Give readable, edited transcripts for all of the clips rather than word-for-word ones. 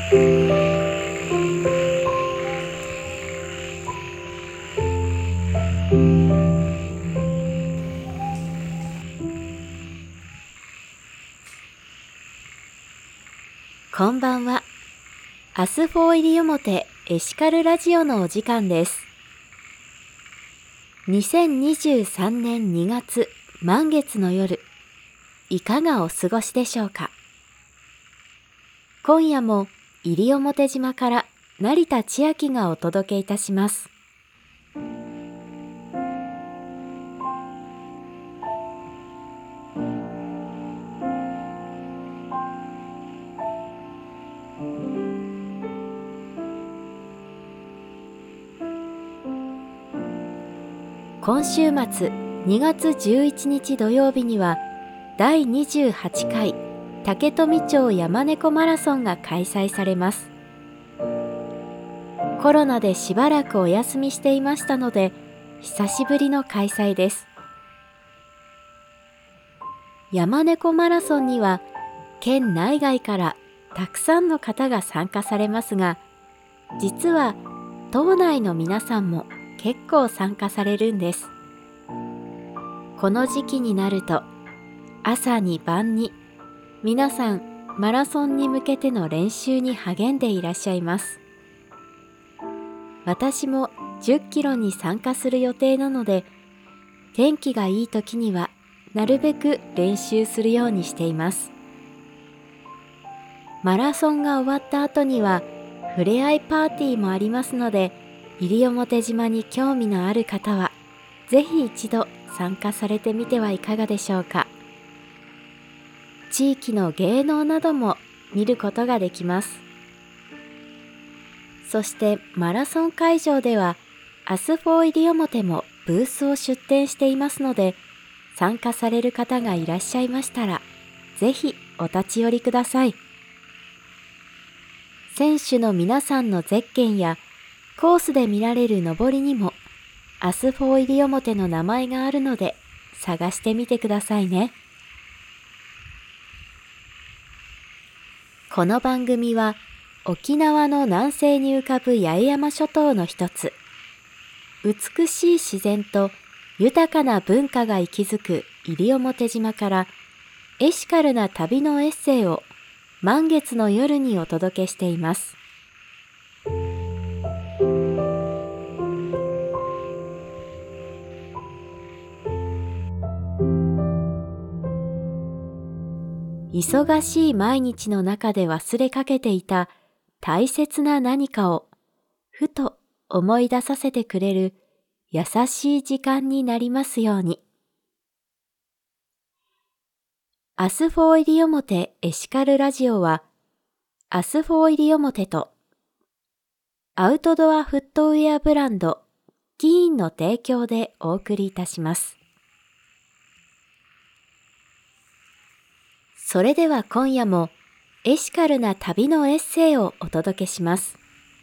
こんばんは。アスフォー西表エシカルラジオのお時間です。2023年2月満月の夜、いかがお過ごしでしょうか。今夜も西表島から成田千秋がお届けいたします。今週末2月11日土曜日には第28回竹富町山猫マラソンが開催されます。コロナでしばらくお休みしていましたので久しぶりの開催です。山猫マラソンには県内外からたくさんの方が参加されますが、実は島内の皆さんも結構参加されるんです。この時期になると朝に晩に皆さんマラソンに向けての練習に励んでいらっしゃいます。私も10キロに参加する予定なので、天気がいい時にはなるべく練習するようにしています。マラソンが終わった後にはふれあいパーティーもありますので、西表島に興味のある方はぜひ一度参加されてみてはいかがでしょうか。地域の芸能なども見ることができます。そしてマラソン会場ではアスフォー西表もブースを出展していますので、参加される方がいらっしゃいましたらぜひお立ち寄りください。選手の皆さんのゼッケンやコースで見られる上りにもアスフォー西表の名前があるので探してみてくださいね。この番組は沖縄の南西に浮かぶ八重山諸島の一つ、美しい自然と豊かな文化が息づく西表島からエシカルな旅のエッセイを満月の夜にお届けしています。忙しい毎日の中で忘れかけていた大切な何かをふと思い出させてくれる優しい時間になりますように。アスフォー西表エシカルラジオはアスフォー西表とアウトドアフットウェアブランドキーンの提供でお送りいたします。それでは今夜もエシカルな旅のエッセイをお届けします。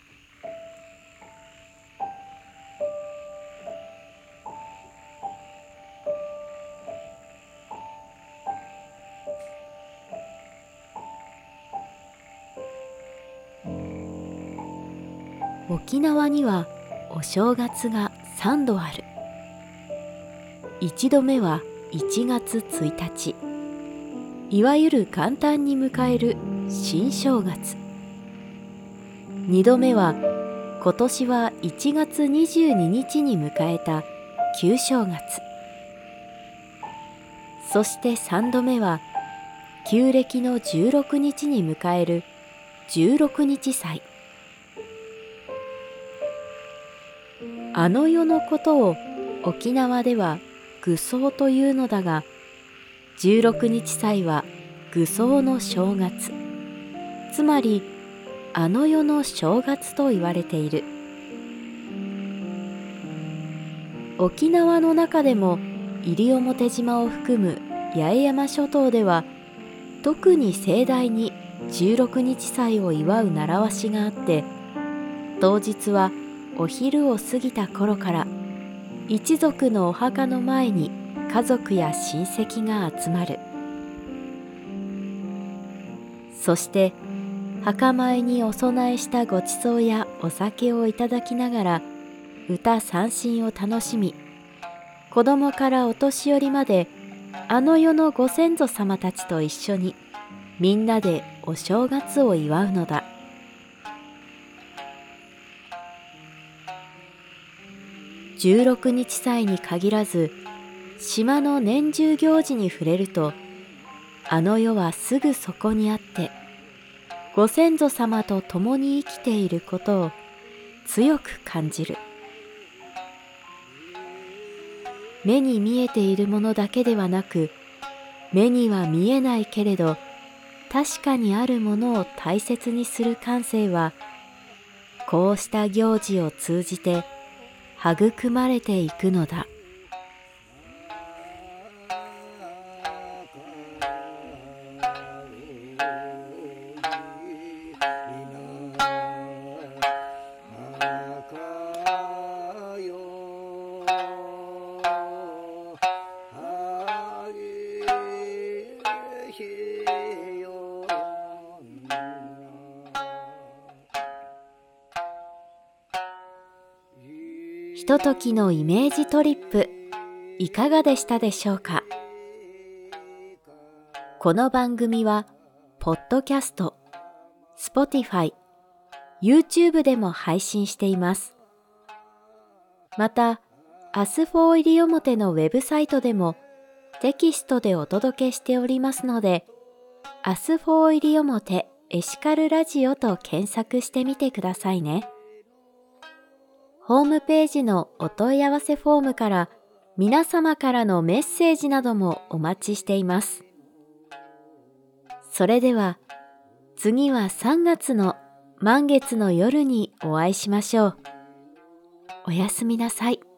沖縄にはお正月が3度ある。1度目は1月1日。いわゆる簡単に迎える新正月。2度目は今年は1月22日に迎えた旧正月。そして3度目は旧暦の16日に迎える16日祭。あの世のことを沖縄では愚僧というのだが、16日祭は愚僧の正月、つまりあの世の正月と言われている。沖縄の中でも西表島を含む八重山諸島では特に盛大に16日祭を祝う習わしがあって、当日はお昼を過ぎた頃から一族のお墓の前に家族や親戚が集まる。そして墓参にお供えしたごちそうやお酒をいただきながら歌三線を楽しみ、子供からお年寄りまであの世のご先祖様たちと一緒にみんなでお正月を祝うのだ。16日祭に限らず、島の年中行事に触れると、あの世はすぐそこにあって、ご先祖様と共に生きていることを強く感じる。目に見えているものだけではなく、目には見えないけれど、確かにあるものを大切にする感性は、こうした行事を通じて育まれていくのだ。ひとときのイメージトリップ、いかがでしたでしょうか。この番組は、ポッドキャスト、Spotify、YouTube でも配信しています。また、アスフォー西表のウェブサイトでもテキストでお届けしておりますので、アスフォー西表エシカルラジオと検索してみてくださいね。ホームページのお問い合わせフォームから皆様からのメッセージなどもお待ちしています。それでは次は3月の満月の夜にお会いしましょう。おやすみなさい。